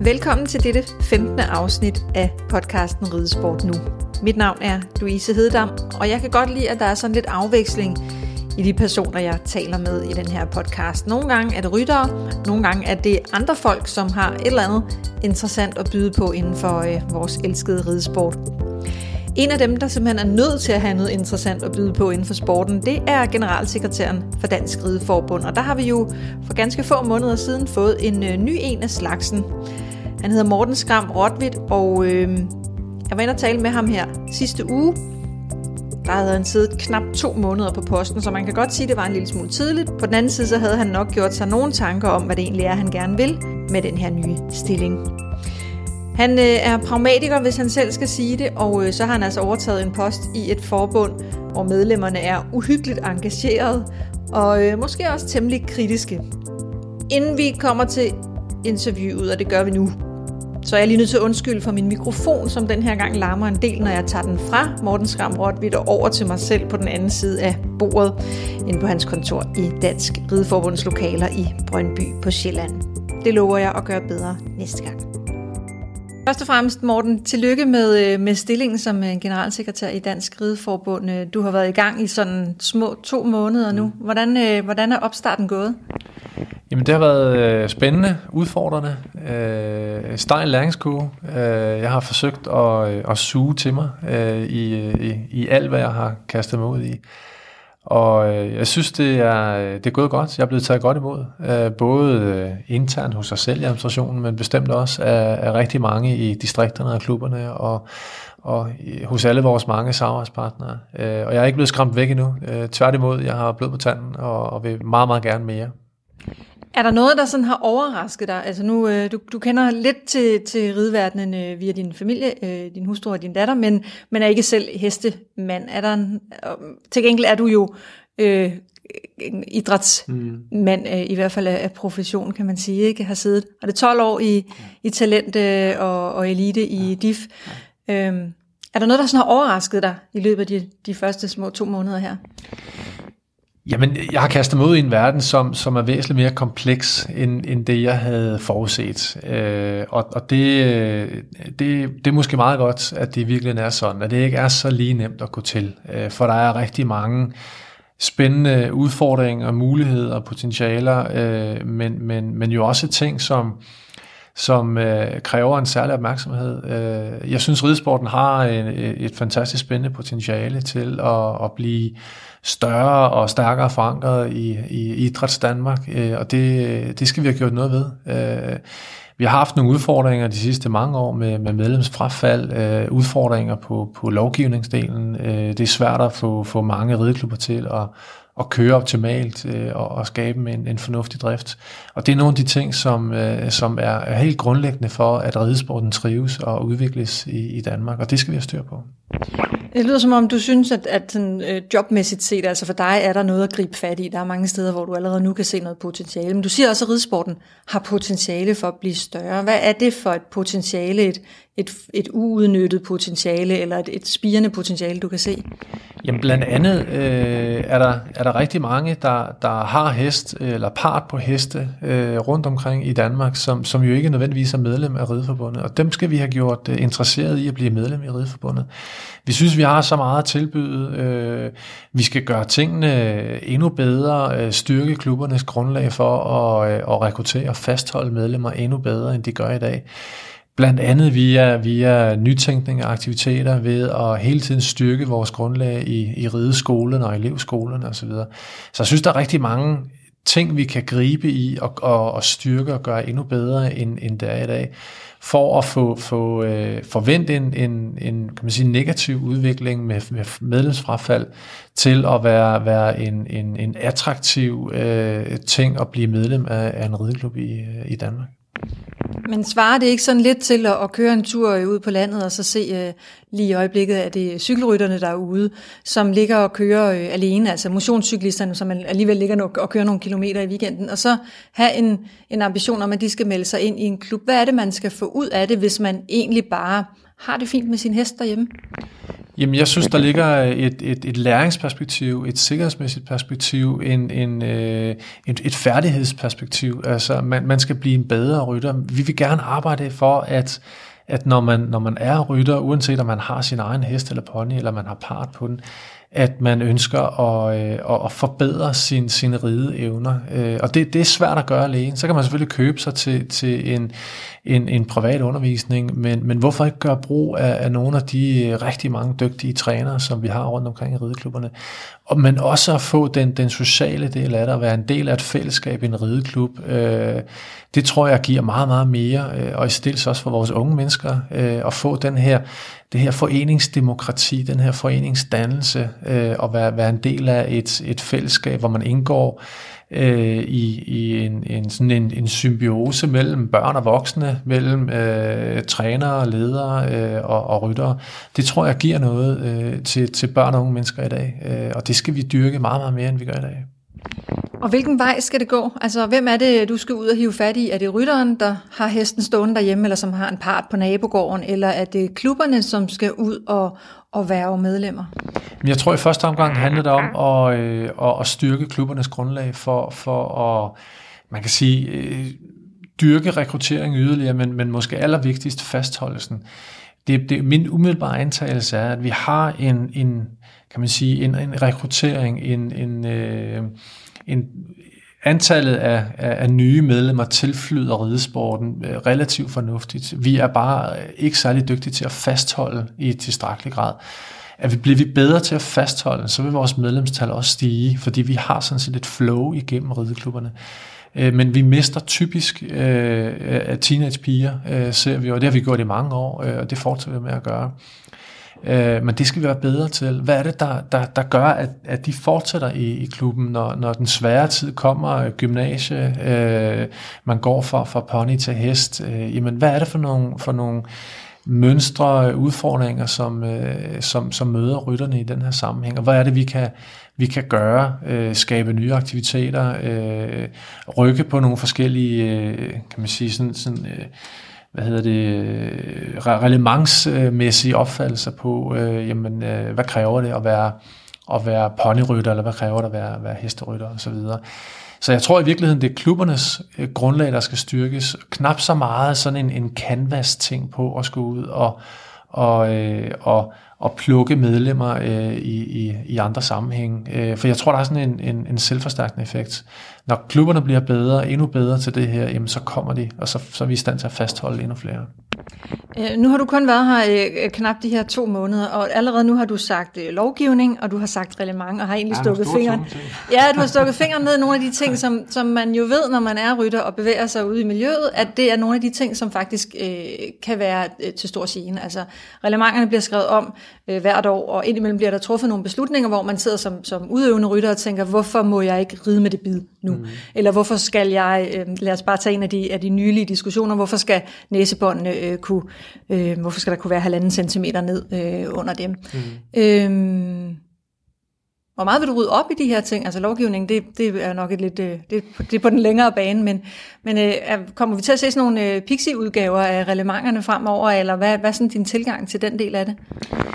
Velkommen til dette 15. afsnit af podcasten Ridesport Nu. Mit navn er Louise Heddam, og jeg kan godt lide, at der er sådan lidt afveksling i de personer, jeg taler med i den her podcast. Nogle gange er det ryttere, nogle gange er det andre folk, som har et eller andet interessant at byde på inden for vores elskede ridesport. En af dem, der simpelthen er nødt til at have noget interessant at byde på inden for sporten, det er generalsekretæren for Dansk Rideforbund. Og der har vi jo for ganske få måneder siden fået en ny en af slagsen. Han hedder Morten Skram Rotwit, og jeg var inde og tale med ham her sidste uge. Der havde han siddet knap 2 måneder på posten, så man kan godt sige, at det var en lille smule tidligt. På den anden side, så havde han nok gjort sig nogle tanker om, hvad det egentlig er, han gerne vil med den her nye stilling. Han er pragmatiker, hvis han selv skal sige det, og så har han altså overtaget en post i et forbund, hvor medlemmerne er uhyggeligt engageret og måske også temmelig kritiske. Inden vi kommer til interviewet, og det gør vi nu, så er jeg lige nødt til at undskylde for min mikrofon, som den her gang larmer en del, når jeg tager den fra Morten Skram Rotwit og over til mig selv på den anden side af bordet, inde på hans kontor i Dansk Rideforbunds lokaler i Brøndby på Sjælland. Det lover jeg at gøre bedre næste gang. Først og fremmest, Morten, tillykke med stillingen som generalsekretær i Dansk Rideforbund. Du har været i gang i sådan små 2 måneder nu. Hvordan er opstarten gået? Jamen, det har været spændende, udfordrende, stejl læringskurve. Jeg har forsøgt at suge til mig i alt, hvad jeg har kastet mig ud i. Og jeg synes, det er gået godt. Jeg er blevet taget godt imod, både internt hos os selv i administrationen, men bestemt også af rigtig mange i distrikterne og klubberne, og hos alle vores mange samarbejdspartnere. Og jeg er ikke blevet skræmt væk endnu. Tværtimod, jeg har blod på tanden og vil meget, meget gerne mere. Er der noget, der sådan har overrasket dig? Altså nu, du kender lidt til rideverdenen via din familie, din hustru og din datter, men er ikke selv hestemand. Til gengæld er du jo idrætsmand, i hvert fald af profession, kan man sige, ikke? Har siddet, og det 12 år i talent og elite i DIF. Er der noget, der sådan har overrasket dig i løbet af de første små 2 måneder her? Jamen, jeg har kastet mig ud i en verden, som er væsentligt mere kompleks, end det, jeg havde forudset. Og det er måske meget godt, at det virkelig er sådan, at det ikke er så lige nemt at gå til. For der er rigtig mange spændende udfordringer, muligheder og potentialer, men jo også ting, som kræver en særlig opmærksomhed. Jeg synes, ridesporten har et fantastisk spændende potentiale til at blive større og stærkere forankret i idræts Danmark, og det skal vi have gjort noget ved. Vi har haft nogle udfordringer de sidste mange år med medlemsfrafald, udfordringer på lovgivningsdelen. Det er svært at få mange rideklubber til at køre optimalt og skabe en fornuftig drift. Og det er nogle af de ting, som er helt grundlæggende for, at ridesporten trives og udvikles i Danmark, og det skal vi have styr på. Det lyder som om, du synes, at sådan, jobmæssigt set, altså for dig er der noget at gribe fat i. Der er mange steder, hvor du allerede nu kan se noget potentiale. Men du siger også, at ridesporten har potentiale for at blive større. Hvad er det for et potentiale, et uudnyttet potentiale, eller et spirende potentiale, du kan se? Jamen blandt andet er der rigtig mange, der har hest eller part på heste rundt omkring i Danmark, som jo ikke nødvendigvis er medlem af Rideforbundet, og dem skal vi have gjort interesseret i at blive medlem i Rideforbundet. Vi synes, vi har så meget at tilbyde. Vi skal gøre tingene endnu bedre, styrke klubbernes grundlag for at rekruttere og fastholde medlemmer endnu bedre, end de gør i dag. Blandt andet via nytænkning af aktiviteter ved at hele tiden styrke vores grundlag i rideskolerne og elevskolerne osv. Så jeg synes, der er rigtig mange ting, vi kan gribe i og styrke og gøre endnu bedre, end det er i dag, for at forvente en kan man sige, negativ udvikling med medlemsfrafald til at være en attraktiv ting at blive medlem af en rideklub i Danmark. Men svarer det ikke sådan lidt til at køre en tur ud på landet og så se lige i øjeblikket, at det er cykelrytterne derude, som ligger og kører alene, altså motionscyklisterne, som alligevel ligger og kører nogle kilometer i weekenden, og så have en ambition om, at de skal melde sig ind i en klub. Hvad er det, man skal få ud af det, hvis man egentlig bare har det fint med sin hest derhjemme? Jamen, jeg synes, der ligger et læringsperspektiv, et sikkerhedsmæssigt perspektiv, et færdighedsperspektiv. Altså, man skal blive en bedre rytter. Vi vil gerne arbejde for, at når man er rytter, uanset om man har sin egen hest eller pony, eller man har part på den, at man ønsker at forbedre sine rideevner. Og det er svært at gøre alene. Så kan man selvfølgelig købe sig til en privat undervisning, men hvorfor ikke gøre brug af nogle af de rigtig mange dygtige trænere, som vi har rundt omkring i rideklubberne, men også at få den sociale del af det, at være en del af et fællesskab i en rideklub. Det tror jeg giver meget, meget mere, og i stedet også for vores unge mennesker, at få det her foreningsdemokrati, den her foreningsdannelse, og være en del af et fællesskab, hvor man indgår i en symbiose mellem børn og voksne, mellem trænere, ledere og ryttere. Det tror jeg giver noget til børn og unge mennesker i dag, og det skal vi dyrke meget, meget mere, end vi gør i dag. Og hvilken vej skal det gå? Altså, hvem er det, du skal ud og hive fat i? Er det rytteren, der har hesten stående derhjemme, eller som har en part på nabogården, eller er det klubberne, som skal ud og værve medlemmer? Jeg tror i første omgang handler det om at styrke klubbernes grundlag for at, man kan sige, dyrke rekruttering yderligere, men måske allervigtigst fastholdelsen. Det min umiddelbare antagelse er, at vi har en rekruttering, en antallet af nye medlemmer tilflyder ridesporten relativt fornuftigt. Vi er bare ikke særlig dygtige til at fastholde i tilstrækkelig grad. Bliver vi bedre til at fastholde, så vil vores medlemstal også stige, fordi vi har sådan set et flow igennem rideklubberne. Men vi mister typisk teenagepiger, ser vi, og det har vi gjort i mange år, og det fortsætter vi med at gøre. Men det skal vi være bedre til. Hvad er det, der gør, at de fortsætter i klubben, når den svære tid kommer, gymnasie, man går fra pony til hest? Jamen, hvad er det for nogle mønstre, udfordringer, som møder rytterne i den her sammenhæng? Og hvad er det, vi kan gøre? Skabe nye aktiviteter, rykke på nogle forskellige, kan man sige, relevantsmæssige opfattelser på, hvad kræver det at være ponyrytter, eller hvad kræver det at være hesterytter osv. Så jeg tror i virkeligheden, det er klubbernes grundlag, der skal styrkes. Knap så meget sådan en canvas-ting på at skulle ud og plukke medlemmer i andre sammenhænge. For jeg tror, der er sådan en selvforstærkende effekt. Når klubberne bliver bedre, endnu bedre til det her, jamen så kommer de, og så er vi i stand til at fastholde endnu flere. Nu har du kun været her knap de her 2 måneder, og allerede nu har du sagt lovgivning, og du har sagt reglement, og har egentlig stukket fingeren. Ja, du har stukket fingeren ned i nogle af de ting, som man jo ved, når man er rytter og bevæger sig ude i miljøet, at det er nogle af de ting, som faktisk kan være til stor gene. Altså, reglementerne bliver skrevet om hvert år, og indimellem bliver der truffet nogle beslutninger, hvor man sidder som udøvende rytter og tænker, hvorfor må jeg ikke ride med det bid nu? Eller hvorfor skal jeg, lad os bare tage en af de nylige diskussioner, hvorfor skal næsebåndene hvorfor skal der kunne være 1,5 centimeter ned under dem? Hvor meget vil du rydde op i de her ting? Altså lovgivning, det er nok det er på den længere bane, men kommer vi til at se sådan nogle pixie-udgaver af reglementerne fremover, eller hvad er sådan din tilgang til den del af det?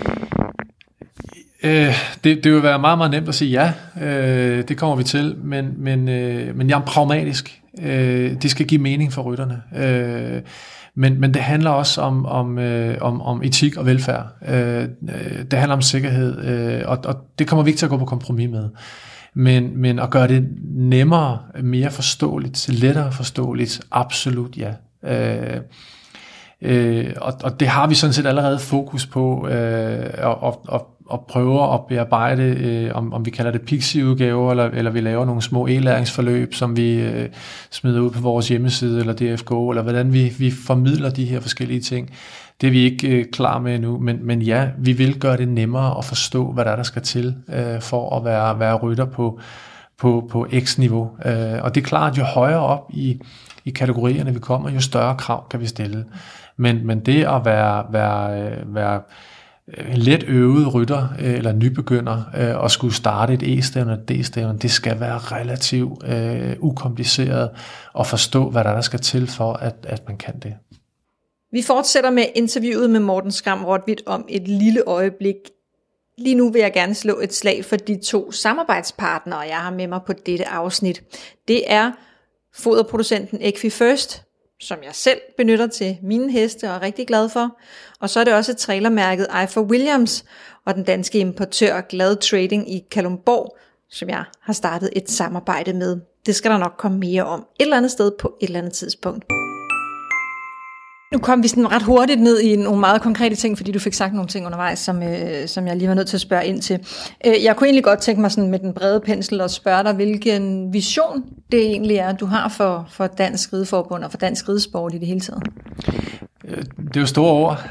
Det vil være meget, meget nemt at sige ja, det kommer vi til, men jeg er pragmatisk. Det skal give mening for rytterne. Men det handler også om etik og velfærd. Det handler om sikkerhed, og det kommer vi ikke til at gå på kompromis med. Men at gøre det nemmere, mere forståeligt, lettere forståeligt, absolut ja. Og det har vi sådan set allerede fokus på, og prøver at bearbejde, om vi kalder det pixie-udgaver, eller vi laver nogle små e-læringsforløb, som vi smider ud på vores hjemmeside, eller DFGO, eller hvordan vi formidler de her forskellige ting. Det er vi ikke klar med endnu, men ja, vi vil gøre det nemmere at forstå, hvad der skal til, for at være rytter på X-niveau. Og det er klart, at jo højere op i kategorierne vi kommer, jo større krav kan vi stille. Men det at være let øvet rytter eller nybegynder og skulle starte et E-stævne og et D-stævne, det skal være relativt ukompliceret at forstå, hvad der skal til for, at man kan det. Vi fortsætter med interviewet med Morten Skram Rotwit om et lille øjeblik. Lige nu vil jeg gerne slå et slag for de 2 samarbejdspartnere, jeg har med mig på dette afsnit. Det er foderproducenten EquiFirst, som jeg selv benytter til mine heste og er rigtig glad for. Og så er det også trailermærket Eifer Williams og den danske importør Glad Trading i Kalundborg, som jeg har startet et samarbejde med. Det skal der nok komme mere om et eller andet sted på et eller andet tidspunkt. Nu kom vi sådan ret hurtigt ned i nogle meget konkrete ting, fordi du fik sagt nogle ting undervejs, som jeg lige var nødt til at spørge ind til. Jeg kunne egentlig godt tænke mig sådan med den brede pensel og spørge dig, hvilken vision det egentlig er, du har for Dansk Rideforbund og for dansk ridesport i det hele taget. Det er jo store ord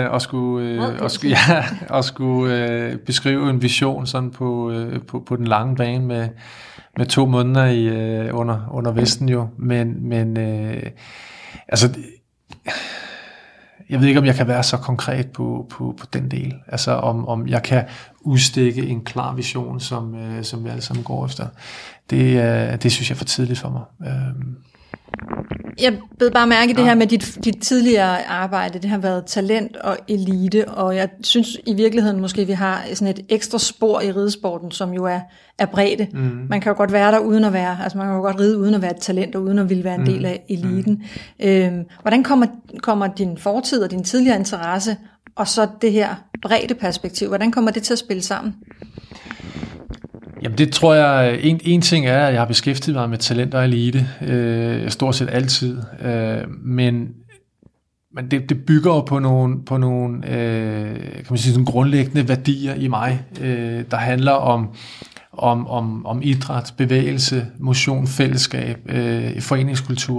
at skulle beskrive en vision sådan på den lange bane med 2 måneder under Vesten jo, men altså jeg ved ikke, om jeg kan være så konkret på den del. Altså om jeg kan udstikke en klar vision, som vi alle sammen går efter. Det synes jeg er for tidligt for mig. Jeg bed bare mærke i det her med dit tidligere arbejde. Det har været talent og elite, og jeg synes i virkeligheden måske, vi har sådan et ekstra spor i ridesporten, som jo er bredde. Man kan jo godt være der uden at være, altså man kan jo godt ride uden at være et talent, og uden at ville være en del af eliten. Hvordan kommer din fortid og din tidligere interesse, og så det her bredde perspektiv, hvordan kommer det til at spille sammen? Jamen det tror jeg, en ting er, at jeg har beskæftiget mig med talent og elite, stort set altid, men det bygger jo på nogle kan man sige, sådan grundlæggende værdier i mig, der handler om idræt, bevægelse, motion, fællesskab, foreningskultur.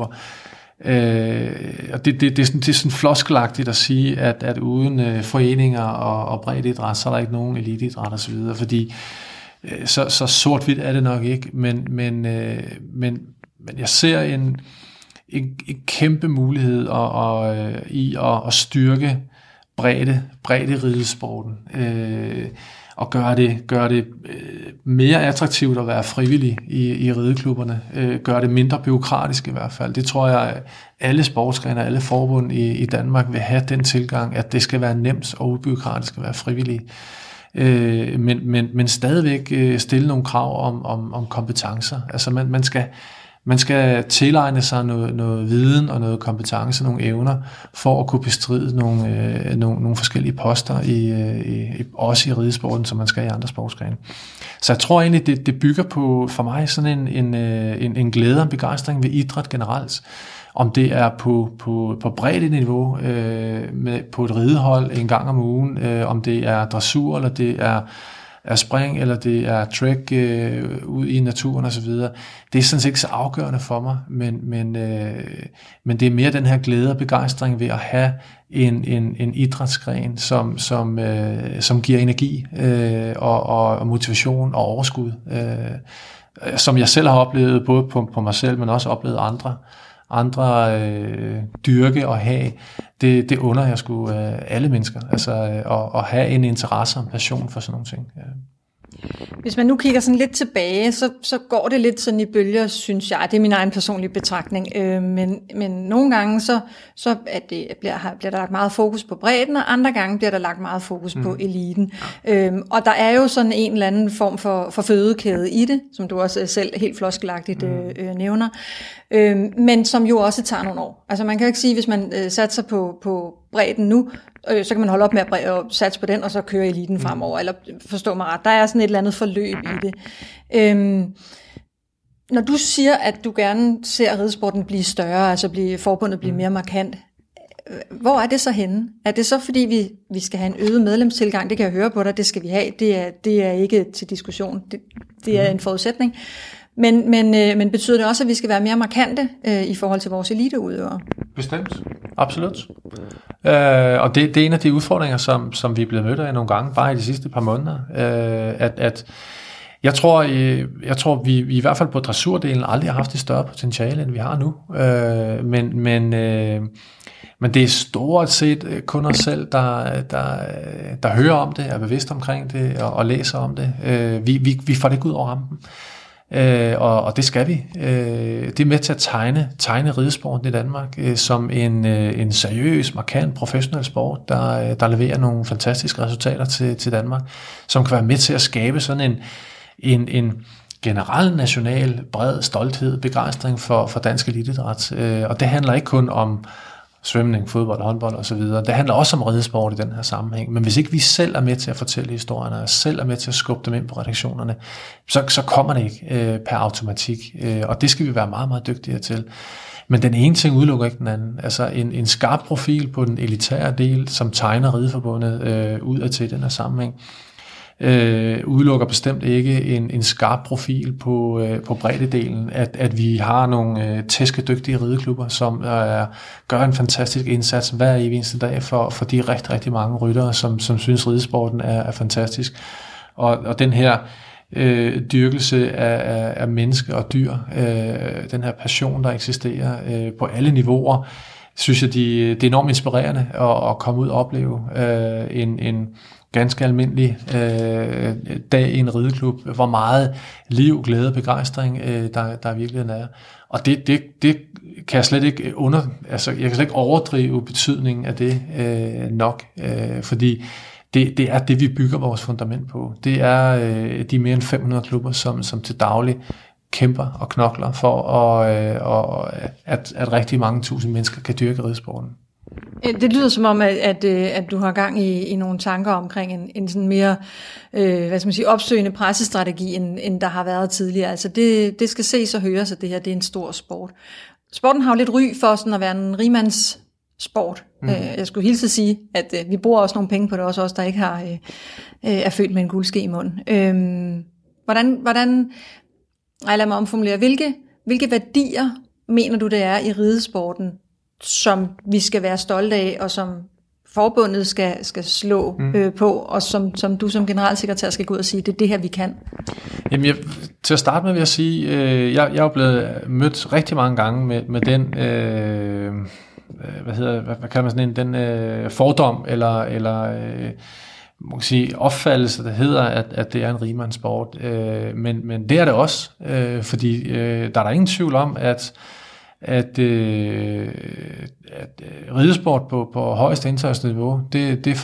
Og det er sådan floskelagtigt at sige, at uden foreninger og breddeidræt, så er der ikke nogen eliteidræt og så videre, fordi så sort-hvidt er det nok ikke, men jeg ser en kæmpe mulighed i at styrke bredde ridesporten, og gøre det mere attraktivt at være frivillig i rideklubberne, gøre det mindre bureaukratisk i hvert fald. Det tror jeg, at alle sportsgrene og alle forbund i Danmark vil have den tilgang, at det skal være nemt og ubureaukratisk at være frivillig. Men stadigvæk stille nogle krav om kompetencer. Altså man skal tilegne sig noget viden og noget kompetence, nogle evner, for at kunne bestride nogle forskellige poster også i ridesporten, som man skal i andre sportsgrene. Så jeg tror egentlig, det bygger på for mig sådan en glæde og en begejstring ved idræt generelt. Om det er på breddeniveau på et ridehold en gang om ugen, om det er dressur, eller det er spring, eller det er trek ud i naturen osv. Det er sådan set ikke så afgørende for mig, men det er mere den her glæde og begejstring ved at have en idrætsgren, som giver energi og motivation og overskud, som jeg selv har oplevet både på mig selv, men også oplevet andre dyrke og have. Det under jeg sgu alle mennesker, altså at have en interesse og en passion for sådan nogle ting. Ja. Hvis man nu kigger sådan lidt tilbage, så går det lidt sådan i bølger, synes jeg. Det er min egen personlige betragtning. Men nogle gange så bliver der lagt meget fokus på bredden, og andre gange bliver der lagt meget fokus på eliten. Og der er jo sådan en eller anden form for fødekæde i det, som du også selv helt floskelagtigt nævner. Men som jo også tager nogle år. Altså man kan jo ikke sige, hvis man satser på bredden nu, så kan man holde op med at satse på den, og så køre eliten fremover, eller forstå mig ret. Der er sådan et eller andet forløb i det. Når du siger, at du gerne ser ridesporten blive større, altså forbundet blive mere markant, hvor er det så henne? Er det så fordi vi skal have en øget medlemstilgang? Det kan jeg høre på dig, det skal vi have. Det er ikke til diskussion. Det er en forudsætning. Men betyder det også, at vi skal være mere markante i forhold til vores eliteudøvere? Bestemt. Absolut. Og det er en af de udfordringer, som vi er blevet mødt af nogle gange, bare i de sidste par måneder. At jeg tror vi i hvert fald på dressurdelen aldrig har haft et større potentiale, end vi har nu. Men det er stort set kun os selv, der hører om det, er bevidst omkring det og læser om det. Vi får det ikke ud over rampen. Og det skal vi. Det er med til at tegne ridesporten i Danmark som en seriøs, markant, professionel sport, der leverer nogle fantastiske resultater til Danmark, som kan være med til at skabe sådan en generel national bred stolthed, begejstring for dansk eliteidræt. Og det handler ikke kun om svømning, fodbold, håndbold osv. Det handler også om ridesport i den her sammenhæng. Men hvis ikke vi selv er med til at fortælle historierne, og selv er med til at skubbe dem ind på redaktionerne, så kommer det ikke per automatik. Og det skal vi være meget, meget dygtigere til. Men den ene ting udelukker ikke den anden. Altså en skarp profil på den elitære del, som tegner Rideforbundet udadtil i den her sammenhæng, udelukker bestemt ikke en skarp profil på breddedelen, at vi har nogle tæskedygtige rideklubber, som gør en fantastisk indsats hver eneste dag for de rigtig, rigtig mange ryttere, som synes ridesporten er fantastisk. Og den her dyrkelse af mennesker og dyr, den her passion, der eksisterer på alle niveauer, synes jeg, det er enormt inspirerende at komme ud og opleve en ganske almindelig dag i en rideklub, hvor meget liv, glæde og begejstring der virkelig er. Og det kan jeg slet ikke jeg kan slet ikke overdrive betydningen af det nok, fordi det er det, vi bygger vores fundament på. Det er de mere end 500 klubber, som til daglig kæmper og knokler for, at rigtig mange tusind mennesker kan dyrke ridesporten. Det lyder som om, at du har gang i nogle tanker omkring en sådan mere opsøgende pressestrategi, end der har været tidligere. Altså det skal ses og høres, at det her det er en stor sport. Sporten har jo lidt ry for sådan at være en rimandssport. Jeg skulle hilse at sige, at vi bruger også nogle penge på det, også os, der ikke er født med en guldske i munden. Hvordan lad mig omformulere, hvilke værdier mener du, det er i ridesporten, som vi skal være stolte af, og som forbundet skal slå på, og som du som generalsekretær skal gå ud og sige, det er det her, vi kan? Jamen, til at starte med vil jeg sige, jeg er jo blevet mødt rigtig mange gange med den, hvad kalder man sådan en, den fordom, eller man kan sige, opfattelse, der hedder, at det er en rimandssport. Men det er det også, fordi der er der ingen tvivl om, at ridesport på højeste internationale niveau, det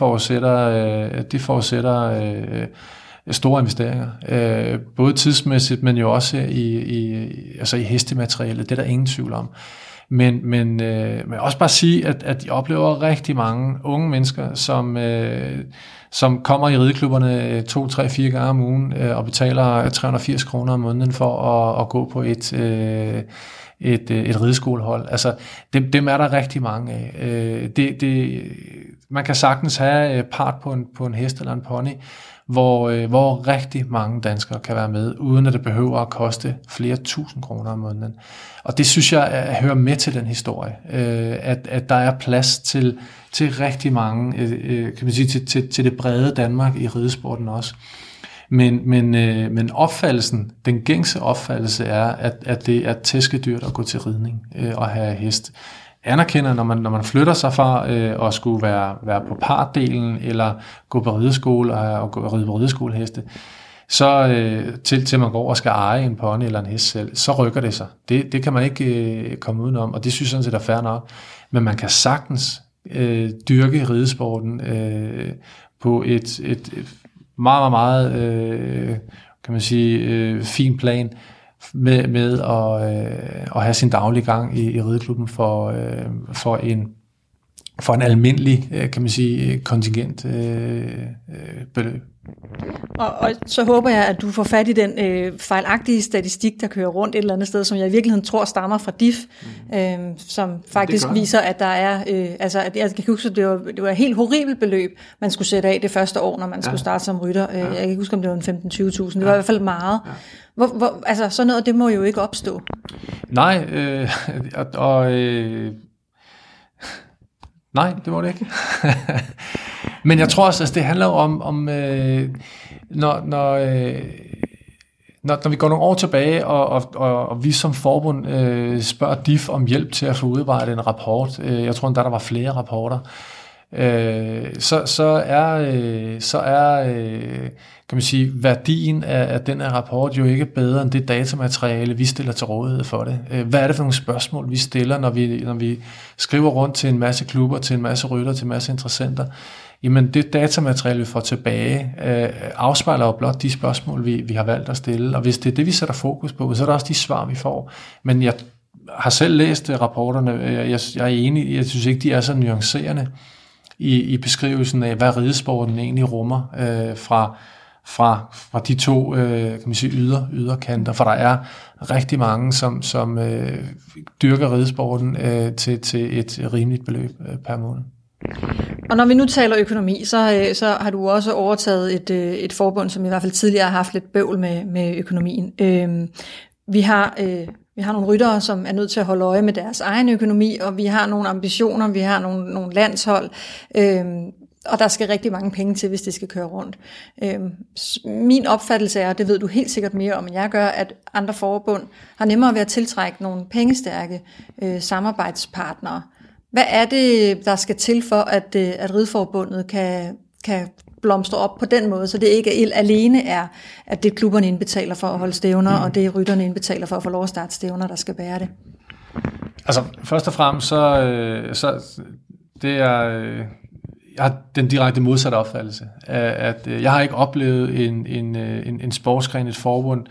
forudsætter store investeringer, både tidsmæssigt, men jo også i hestematerialet. Det er der ingen tvivl om. Men også bare sige, at jeg oplever rigtig mange unge mennesker, som kommer i rideklubberne 2, 3, 4 gange om ugen og betaler 380 kroner om måneden for at gå på et rideskolehold. Altså, dem er der rigtig mange af. Man kan sagtens have part på en hest eller en pony, hvor rigtig mange danskere kan være med, uden at det behøver at koste flere tusind kroner om måneden. Og det synes jeg hører med til den historie, at der er plads til rigtig mange, kan man sige, til det brede Danmark i ridesporten også. Men opfattelsen, den gængse opfattelse er, at det er tæskedyrt at gå til ridning og have hest. Anerkender, når man flytter sig fra at skulle være på partdelen, eller gå på rideskole og ride på rideskoleheste, så til man går og skal eje en pony eller en hest selv, så rykker det sig. Det kan man ikke komme udenom, og det synes jeg sådan set er fair nok. Men man kan sagtens dyrke ridesporten på et meget, meget, kan man sige, fin plan med at have sin daglige gang i rideklubben for en almindelig, kan man sige, kontingent beløb. Og så håber jeg, at du får fat i den fejlagtige statistik, der kører rundt et eller andet sted, som jeg i virkeligheden tror stammer fra DIF, som faktisk viser, at der er, at jeg kan huske, at det var et helt horribelt beløb, man skulle sætte af det første år, når man skulle starte som rytter. Jeg kan ikke huske, om det var 15-20.000. Det var i hvert fald meget. Altså, sådan noget, det må jo ikke opstå. Nej, nej, det må det ikke. Men jeg tror også, at det handler om når vi går nogle år tilbage, og vi som forbund spørger DIF om hjælp til at få udarbejdet en rapport. Jeg tror endda, der var flere rapporter. så er kan man sige, værdien af den her rapport jo ikke bedre end det datamateriale, vi stiller til rådighed for det. Hvad er det for nogle spørgsmål, vi stiller, når vi skriver rundt til en masse klubber, til en masse rytter, til en masse interessenter? Jamen det datamateriale, vi får tilbage, afspejler jo blot de spørgsmål, vi har valgt at stille. Og hvis det er det, vi sætter fokus på, så er det også de svar, vi får. Men jeg har selv læst rapporterne. Jeg er enig, jeg synes ikke, de er så nuancerende i beskrivelsen af, hvad ridesporten egentlig rummer fra de to kan man sige, yderkanter. For der er rigtig mange, som dyrker ridesporten til et rimeligt beløb per måned. Og når vi nu taler økonomi, så har du også overtaget et forbund, som i hvert fald tidligere har haft lidt bøvl med økonomien. Vi har nogle ryttere, som er nødt til at holde øje med deres egen økonomi, og vi har nogle ambitioner, vi har nogle landshold, og der skal rigtig mange penge til, hvis det skal køre rundt. Min opfattelse er, og det ved du helt sikkert mere om, end jeg gør, at andre forbund har nemmere ved at tiltrække nogle pengestærke samarbejdspartnere. Hvad er det, der skal til for, at Rideforbundet kan blomstre op på den måde, så det ikke alene er, at det klubberne indbetaler for at holde stævner, og det rytterne indbetaler for at få lov at starte stævner, der skal bære det? Altså, først og fremmest, så det er... Jeg har den direkte modsatte opfattelse, at jeg har ikke oplevet en sportsgren, et forbund,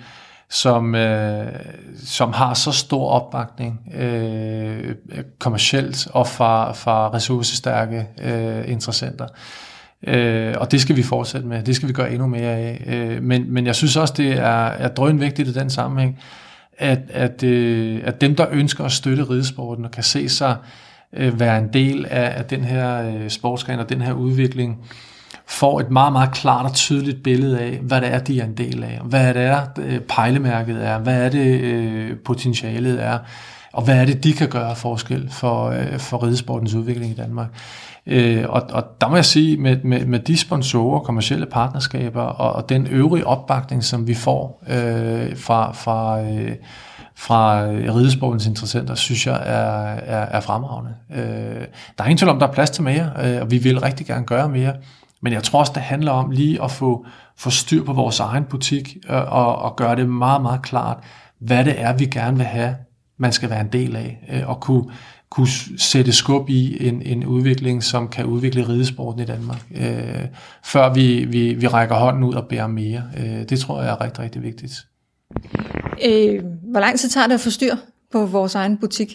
som har så stor opbakning kommercielt og fra ressourcestærke interessenter. Og det skal vi fortsætte med. Det skal vi gøre endnu mere af. Men jeg synes også, det er drønvigtigt i den sammenhæng, at dem, der ønsker at støtte ridesporten og kan se sig være en del af den her sportsgren og den her udvikling, får et meget, meget klart og tydeligt billede af, hvad det er, de er en del af. Hvad det er, pejlemærket er. Hvad er det, potentialet er. Og hvad er det, de kan gøre forskel for ridesportens udvikling i Danmark. Og der må jeg sige, med de sponsorer, kommercielle partnerskaber og den øvrige opbakning, som vi får fra ridesportens interessenter, synes jeg er fremragende. Der er ingen tvivl om, der er plads til mere, og vi vil rigtig gerne gøre mere. Men jeg tror også, det handler om lige at få styr på vores egen butik, og gøre det meget, meget klart, hvad det er, vi gerne vil have, man skal være en del af, og kunne sætte skub i en udvikling, som kan udvikle ridesporten i Danmark, før vi rækker hånden ud og beder om mere. Det tror jeg er rigtig, rigtig vigtigt. Hvor lang tid tager det at få styr på vores egen butik?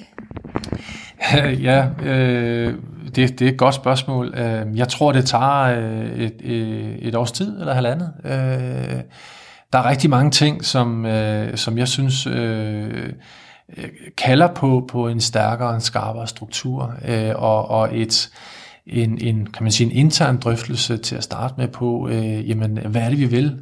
Ja, det er et godt spørgsmål. Jeg tror, det tager et års tid eller halvandet. Der er rigtig mange ting, som jeg synes kalder på en stærkere og en skarpere struktur, og en kan man sige, en intern drøftelse til at starte med på, jamen, hvad er det, vi vil?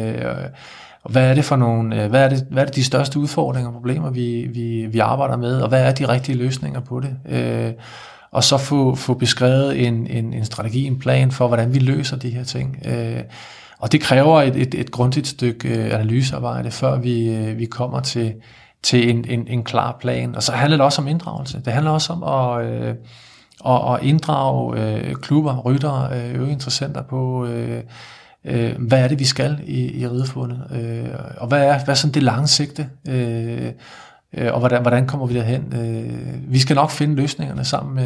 Og hvad er det for nogle, hvad er det de største udfordringer og problemer, vi arbejder med, og hvad er de rigtige løsninger på det? Og så få beskrevet en strategi, en plan for, hvordan vi løser de her ting. Og det kræver et grundigt stykke analysearbejde, før vi kommer til en klar plan. Og så handler det også om inddragelse. Det handler også om at inddrage klubber, ryttere, øvrige interessenter på, hvad er det, vi skal i rideforbundet, og hvad er sådan det lange sigte, og hvordan kommer vi derhen? Vi skal nok finde løsningerne sammen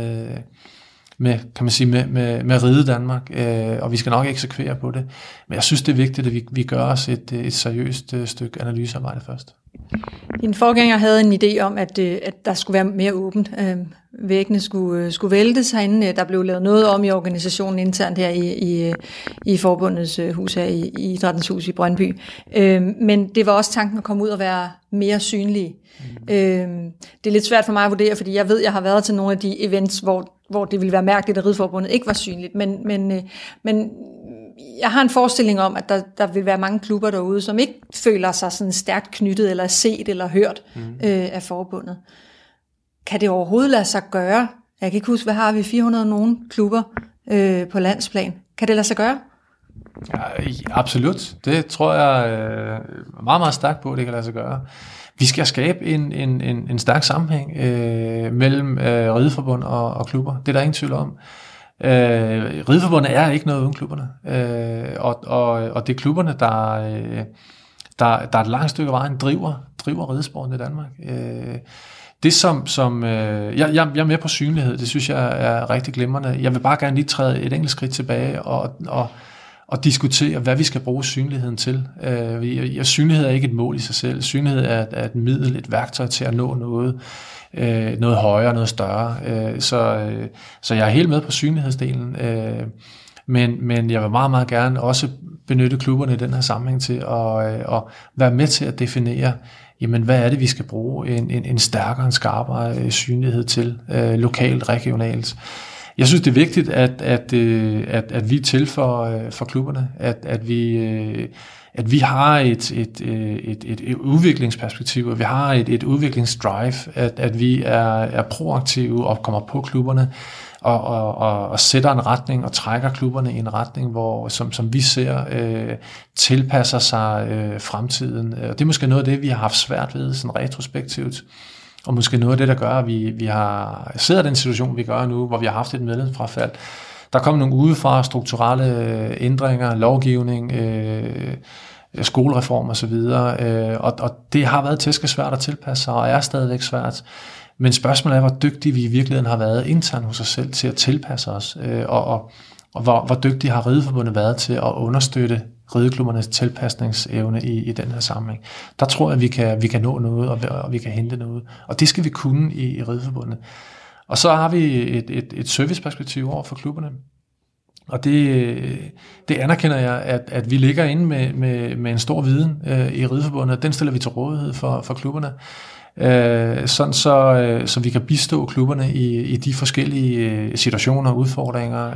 med kan man sige, med Ride Danmark, og vi skal nok eksekvere på det. Men jeg synes, det er vigtigt, at vi gør os et seriøst stykke analysearbejde først. Din forgænger havde en idé om, at der skulle være mere åbent. Væggene skulle væltes herinde. Der blev lavet noget om i organisationen internt her i forbundets hus her i Idrættens Hus i Brøndby. Men det var også tanken at komme ud og være mere synlige. Det er lidt svært for mig at vurdere, fordi jeg ved, jeg har været til nogle af de events, hvor det ville være mærkeligt, at Rideforbundet ikke var synligt. Men jeg har en forestilling om, at der vil være mange klubber derude, som ikke føler sig sådan stærkt knyttet, eller set eller hørt af forbundet. Kan det overhovedet lade sig gøre? Jeg kan ikke huske, hvad har vi? 400 nogen klubber på landsplan. Kan det lade sig gøre? Ja, absolut. Det tror jeg meget, meget stærkt på, at det kan lade sig gøre. Vi skal skabe en stærk sammenhæng mellem Rideforbund og klubber. Det er der ingen tvivl om. Rideforbundet er ikke noget uden klubberne, og det er klubberne, der et langt stykke af vejen driver ridesporten i Danmark. Det jeg er med på synlighed, det synes jeg er rigtig glimrende. Jeg vil bare gerne lige træde et enkelt skridt tilbage og diskutere, hvad vi skal bruge synligheden til. Synlighed er ikke et mål i sig selv. Synlighed er et middel, et værktøj til at nå noget højere, noget større. Så jeg er helt med på synlighedsdelen. Men jeg vil meget, meget gerne også benytte klubberne i den her sammenhæng til at være med til at definere, jamen hvad er det, vi skal bruge en stærkere, en skarpere synlighed til, lokalt, regionalt. Jeg synes, det er vigtigt, at vi til for klubberne, at vi har et udviklingsperspektiv, at vi har et udviklingsdrive, at vi er proaktive og kommer på klubberne, og sætter en retning og trækker klubberne i en retning, hvor som vi ser tilpasser sig fremtiden. Og det er måske noget af det, vi har haft svært ved sådan retrospektivt, og måske noget af det, der gør, at vi har siddet i den situation, vi gør nu, hvor vi har haft et medlemsfrafald. Der kommer nogle udefra strukturelle ændringer, lovgivning, skolereform og så videre, og det har været tæskesvært at tilpasse sig, og er stadigvæk svært. Men spørgsmålet er, hvor dygtige vi i virkeligheden har været internt hos os selv til at tilpasse os, og hvor dygtige har Rideforbundet været til at understøtte rideklubbernes tilpasningsevne i den her sammenhæng. Der tror jeg, at vi kan nå noget, og vi kan hente noget. Og det skal vi kunne i Rideforbundet. Og så har vi et serviceperspektiv over for klubberne. Og det anerkender jeg, at vi ligger inde med en stor viden i Rideforbundet. Den stiller vi til rådighed for klubberne. Sådan så vi kan bistå klubberne i de forskellige situationer og udfordringer,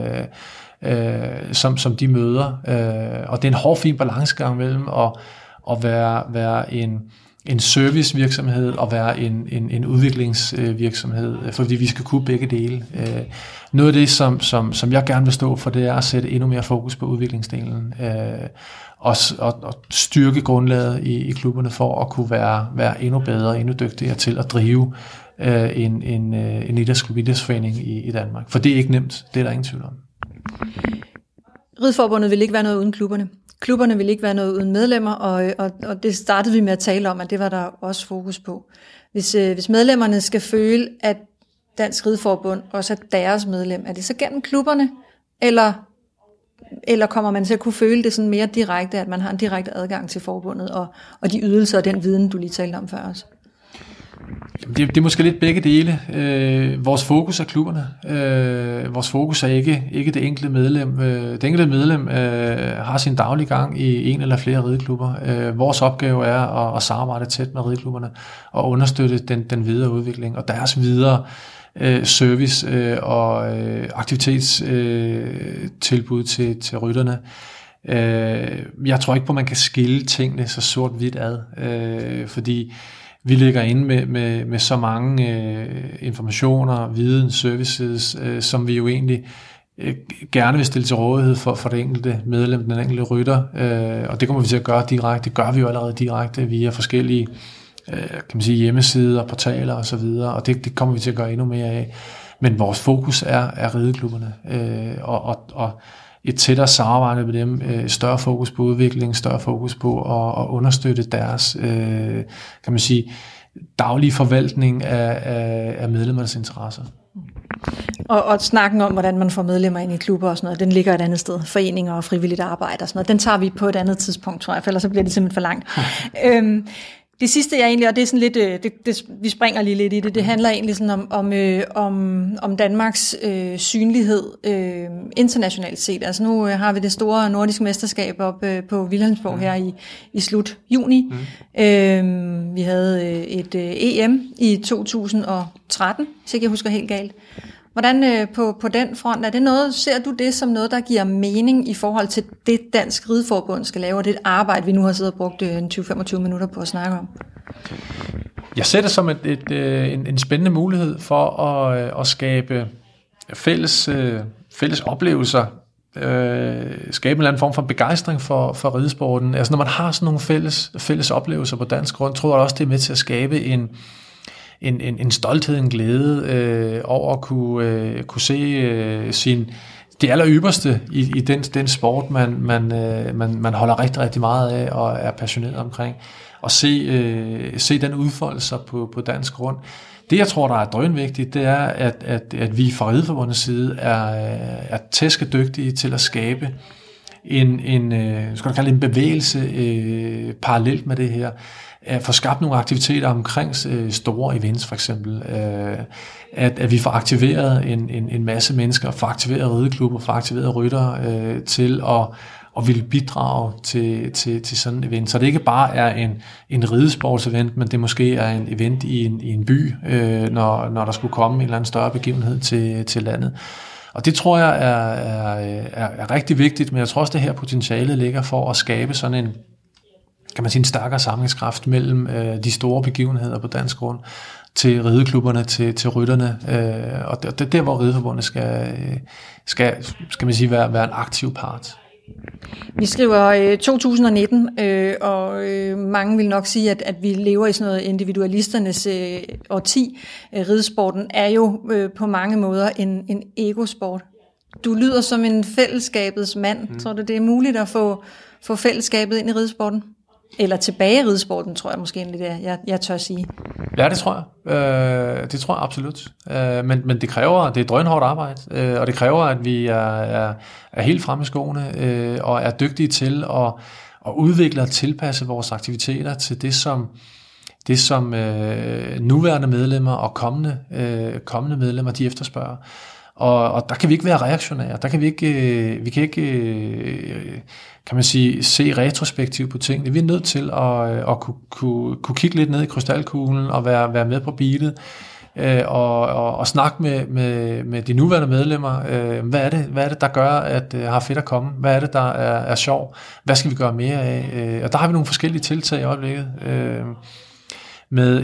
som de møder. Og det er en hårfin balancegang mellem at være en servicevirksomhed og være en udviklingsvirksomhed, fordi vi skal kunne begge dele. Noget af det, som jeg gerne vil stå for, det er at sætte endnu mere fokus på udviklingsdelen, og styrke grundlaget i klubberne for at kunne være endnu bedre, endnu dygtigere til at drive en idrætsforening i Danmark. For det er ikke nemt, det er der ingen tvivl om. Rideforbundet vil ikke være noget uden klubberne. Klubberne vil ikke være noget uden medlemmer, og det startede vi med at tale om, at det var der også fokus på. Hvis medlemmerne skal føle, at Dansk Rideforbund også er deres medlem, er det så gennem klubberne, eller kommer man til at kunne føle det sådan mere direkte, at man har en direkte adgang til forbundet, og de ydelser og den viden, du lige talte om før også? Det er måske lidt begge dele. Vores fokus er klubberne. Vores fokus er ikke det enkelte medlem. Det enkelte medlem har sin daglige gang i en eller flere rideklubber. Vores opgave er at samarbejde tæt med rideklubberne og understøtte den videre udvikling og deres videre service og aktivitetstilbud til rytterne. Jeg tror ikke på, at man kan skille tingene så sort-hvidt ad, fordi vi ligger inde med så mange informationer, viden, services, som vi jo egentlig gerne vil stille til rådighed for det enkelte medlem, den enkelte rytter, og det kommer vi til at gøre direkte. Det gør vi jo allerede direkte via forskellige kan man sige, hjemmesider, portaler og så videre, og det kommer vi til at gøre endnu mere af. Men vores fokus er rideklubberne, og et tættere samarbejde med dem, større fokus på udvikling, større fokus på at understøtte deres, kan man sige, daglige forvaltning af medlemmernes interesser. Og snakken om, hvordan man får medlemmer ind i klubber og sådan noget, den ligger et andet sted. Foreninger og frivilligt arbejde og sådan noget. Den tager vi på et andet tidspunkt, tror jeg, for ellers så bliver det simpelthen for langt. Det sidste jeg egentlig, og det er sådan lidt, vi springer lige lidt i det, det handler egentlig sådan om Danmarks synlighed internationalt set. Altså nu har vi det store nordiske mesterskab op på Vilhelmsborg her i slut juni. Vi havde et EM i 2013, hvis ikke jeg husker helt galt. Hvordan på den front, er det noget, ser du det som noget, der giver mening i forhold til det Dansk Rideforbund skal lave, og det arbejde, vi nu har siddet og brugt 20-25 minutter på at snakke om? Jeg ser det som en spændende mulighed for at skabe fælles oplevelser, skabe en eller anden form for begejstring for ridesporten. Altså når man har sådan nogle fælles oplevelser på dansk grund, tror jeg også, det er med til at skabe en stolthed, en glæde over at kunne se det aller ypperste i den sport, man holder rigtig, rigtig meget af og er passioneret omkring. Og se den udfolde sig på dansk grund. Det, jeg tror, der er drønvigtigt, det er, at vi fra Rideforbundets side er tæskedygtige til at skabe en bevægelse parallelt med det her. At få skabt nogle aktiviteter omkring store events, for eksempel. At vi får aktiveret en masse mennesker, får aktiveret rideklubber, får aktiveret ryttere til at ville bidrage til sådan et event. Så det ikke bare er en ridesportsevent, men det måske er en event i en by, når der skulle komme en eller anden større begivenhed til landet. Og det tror jeg er rigtig vigtigt, men jeg tror også, det her potentiale ligger for at skabe sådan en stærkere samlingskraft mellem de store begivenheder på dansk grund til rideklubberne, til rytterne, og det er der, hvor Rideforbundet skal man sige, være en aktiv part. Vi skriver 2019, og mange vil nok sige, at vi lever i sådan noget individualisternes årti. Ridesporten er jo på mange måder en egosport. Du lyder som en fællesskabets mand. Tror du, det er muligt at få fællesskabet ind i ridesporten? Eller tilbage i ridesporten, tror jeg måske egentlig, det er. Jeg tør sige. Ja, det tror jeg. Det tror jeg absolut. Men det kræver, det er drønhårdt arbejde, og det kræver, at vi er helt fremme i skoene og er dygtige til at udvikle og tilpasse vores aktiviteter til det, som nuværende medlemmer og kommende medlemmer, de efterspørger. Og der kan vi ikke være reaktionære. Der kan vi kan ikke kan man sige, se retrospektivt på tingene. Vi er nødt til at kunne kigge lidt ned i krystalkuglen og være med på beatet og snakke med de nuværende medlemmer. Hvad er det, der gør, at har fedt at komme? Hvad er det, der er sjov? Hvad skal vi gøre mere af? Og der har vi nogle forskellige tiltag i øjeblikket med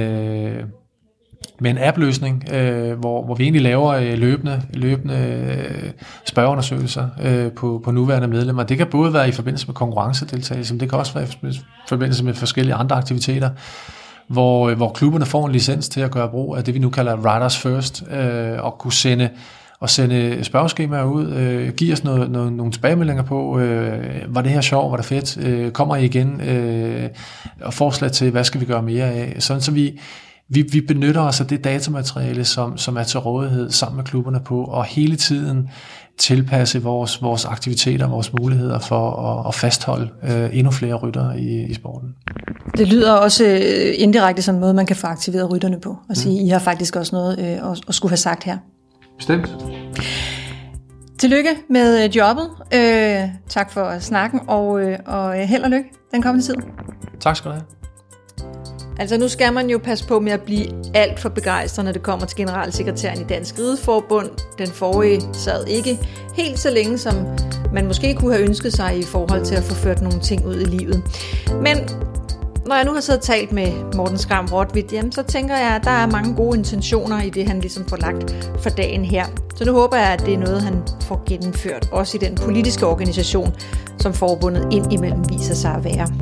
en app-løsning, hvor vi egentlig laver løbende spørgeundersøgelser på nuværende medlemmer. Det kan både være i forbindelse med konkurrencedeltagelse, men det kan også være i forbindelse med forskellige andre aktiviteter, hvor klubberne får en licens til at gøre brug af det, vi nu kalder Riders First, og kunne sende spørgeskemaer ud, give os nogle tilbagemeldinger på, var det her sjov, var det fedt, kommer I igen, og forslag til, hvad skal vi gøre mere af, sådan så vi benytter os af det datamateriale, som er til rådighed sammen med klubberne på, og hele tiden tilpasse vores aktiviteter, vores muligheder for at fastholde endnu flere ryttere i sporten. Det lyder også indirekte som en måde, man kan få aktiveret rytterne på, og sige, I har faktisk også noget at skulle have sagt her. Bestemt. Tillykke med jobbet. Tak for snakken, og held og lykke den kommende tid. Tak skal du have. Altså nu skal man jo passe på med at blive alt for begejstret, når det kommer til generalsekretæren i Dansk Rideforbund. Den forrige sad ikke helt så længe, som man måske kunne have ønsket sig i forhold til at få ført nogle ting ud i livet. Men når jeg nu har siddet og talt med Morten Skram Rotwit, så tænker jeg, at der er mange gode intentioner i det, han ligesom får lagt for dagen her. Så nu håber jeg, at det er noget, han får gennemført, også i den politiske organisation, som forbundet indimellem viser sig at være.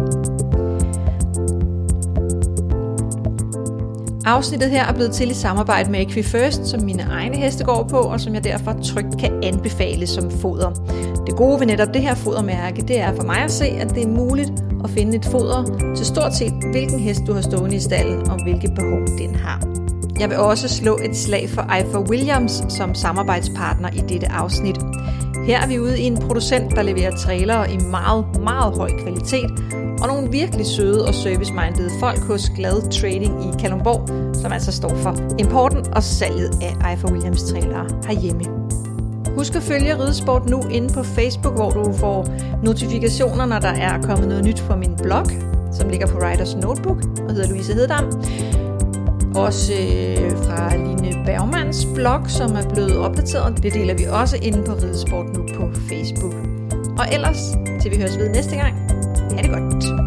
Afsnittet her er blevet til i samarbejde med Equifirst, som mine egne heste går på, og som jeg derfor trygt kan anbefale som foder. Det gode ved netop det her fodermærke, det er for mig at se, at det er muligt at finde et foder til stort set hvilken hest du har stående i stallen, og hvilke behov den har. Jeg vil også slå et slag for Eifer Williams som samarbejdspartner i dette afsnit. Her er vi ude i en producent, der leverer trailere i meget, meget høj kvalitet, og nogle virkelig søde og service-mindede folk hos Glad Trading i Kalundborg, som altså står for importen og salget af Eifer Williams trailere herhjemme. Husk at følge Ridesport Nu inde på Facebook, hvor du får notifikationer, når der er kommet noget nyt fra min blog, som ligger på Riders Notebook og hedder Louise Heddam. Også fra Line Bergmans blog, som er blevet opdateret. Det deler vi også inde på Ridesport Nu på Facebook. Og ellers, til vi høres ved næste gang. Ha' det godt.